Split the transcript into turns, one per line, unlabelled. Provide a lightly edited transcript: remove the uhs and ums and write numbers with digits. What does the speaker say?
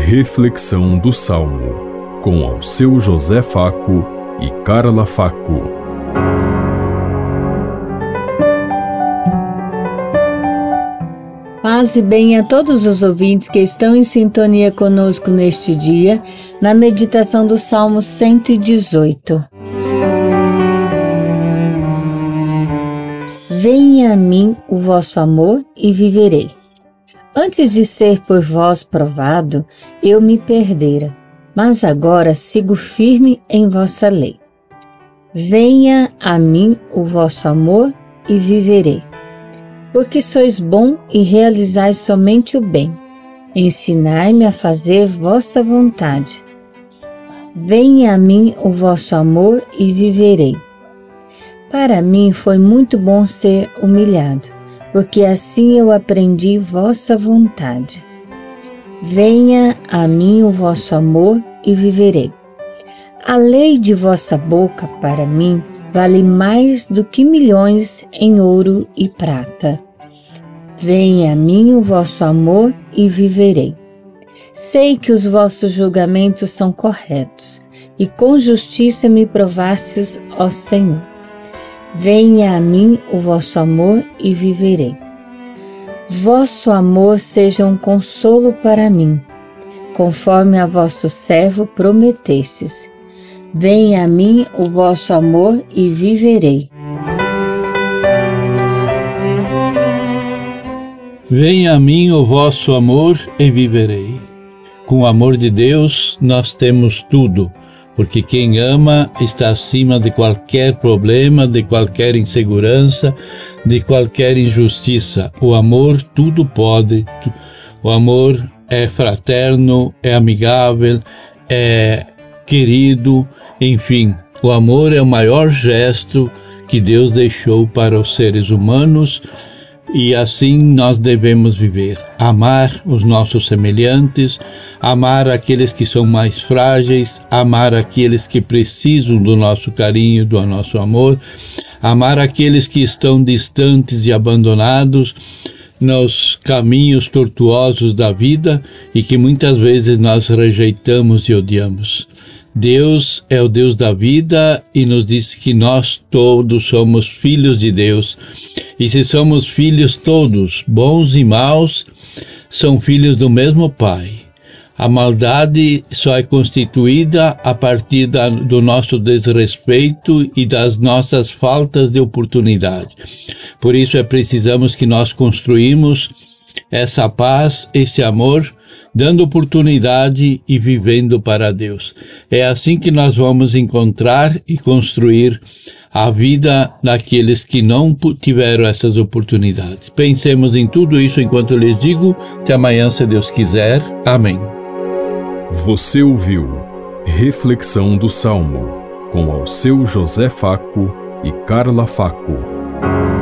Reflexão do Salmo, com Alceu José Faco e Carla Faco.
Paz e bem a todos os ouvintes que estão em sintonia conosco neste dia, na meditação do Salmo 118. Venha a mim o vosso amor e viverei. Antes de ser por vós provado, eu me perdera, mas agora sigo firme em vossa lei. Venha a mim o vosso amor e viverei. Porque sois bom e realizais somente o bem. Ensinai-me a fazer vossa vontade. Venha a mim o vosso amor e viverei. Para mim foi muito bom ser humilhado, porque assim eu aprendi vossa vontade. Venha a mim o vosso amor e viverei. A lei de vossa boca para mim vale mais do que milhões em ouro e prata. Venha a mim o vosso amor e viverei. Sei que os vossos julgamentos são corretos, e com justiça me provastes, ó Senhor. Venha a mim o vosso amor e viverei. Vosso amor seja um consolo para mim, conforme a vosso servo prometestes. Venha a mim o vosso amor e viverei.
Venha a mim o vosso amor e viverei. Com o amor de Deus nós temos tudo, porque quem ama está acima de qualquer problema, de qualquer insegurança, de qualquer injustiça. O amor tudo pode. O amor é fraterno, é amigável, é querido, enfim. O amor é o maior gesto que Deus deixou para os seres humanos e assim nós devemos viver. Amar os nossos semelhantes, amar aqueles que são mais frágeis, amar aqueles que precisam do nosso carinho, do nosso amor, amar aqueles que estão distantes e abandonados nos caminhos tortuosos da vida e que muitas vezes nós rejeitamos e odiamos. Deus é o Deus da vida e nos diz que nós todos somos filhos de Deus. E se somos filhos todos, bons e maus, são filhos do mesmo Pai. A maldade só é constituída a partir do nosso desrespeito e das nossas faltas de oportunidade. Por isso precisamos que nós construímos essa paz, esse amor, dando oportunidade e vivendo para Deus. É assim que nós vamos encontrar e construir a vida daqueles que não tiveram essas oportunidades. Pensemos em tudo isso enquanto eu lhes digo. Até amanhã, se Deus quiser. Amém.
Você ouviu Reflexão do Salmo, com Alceu José Faco e Carla Faco.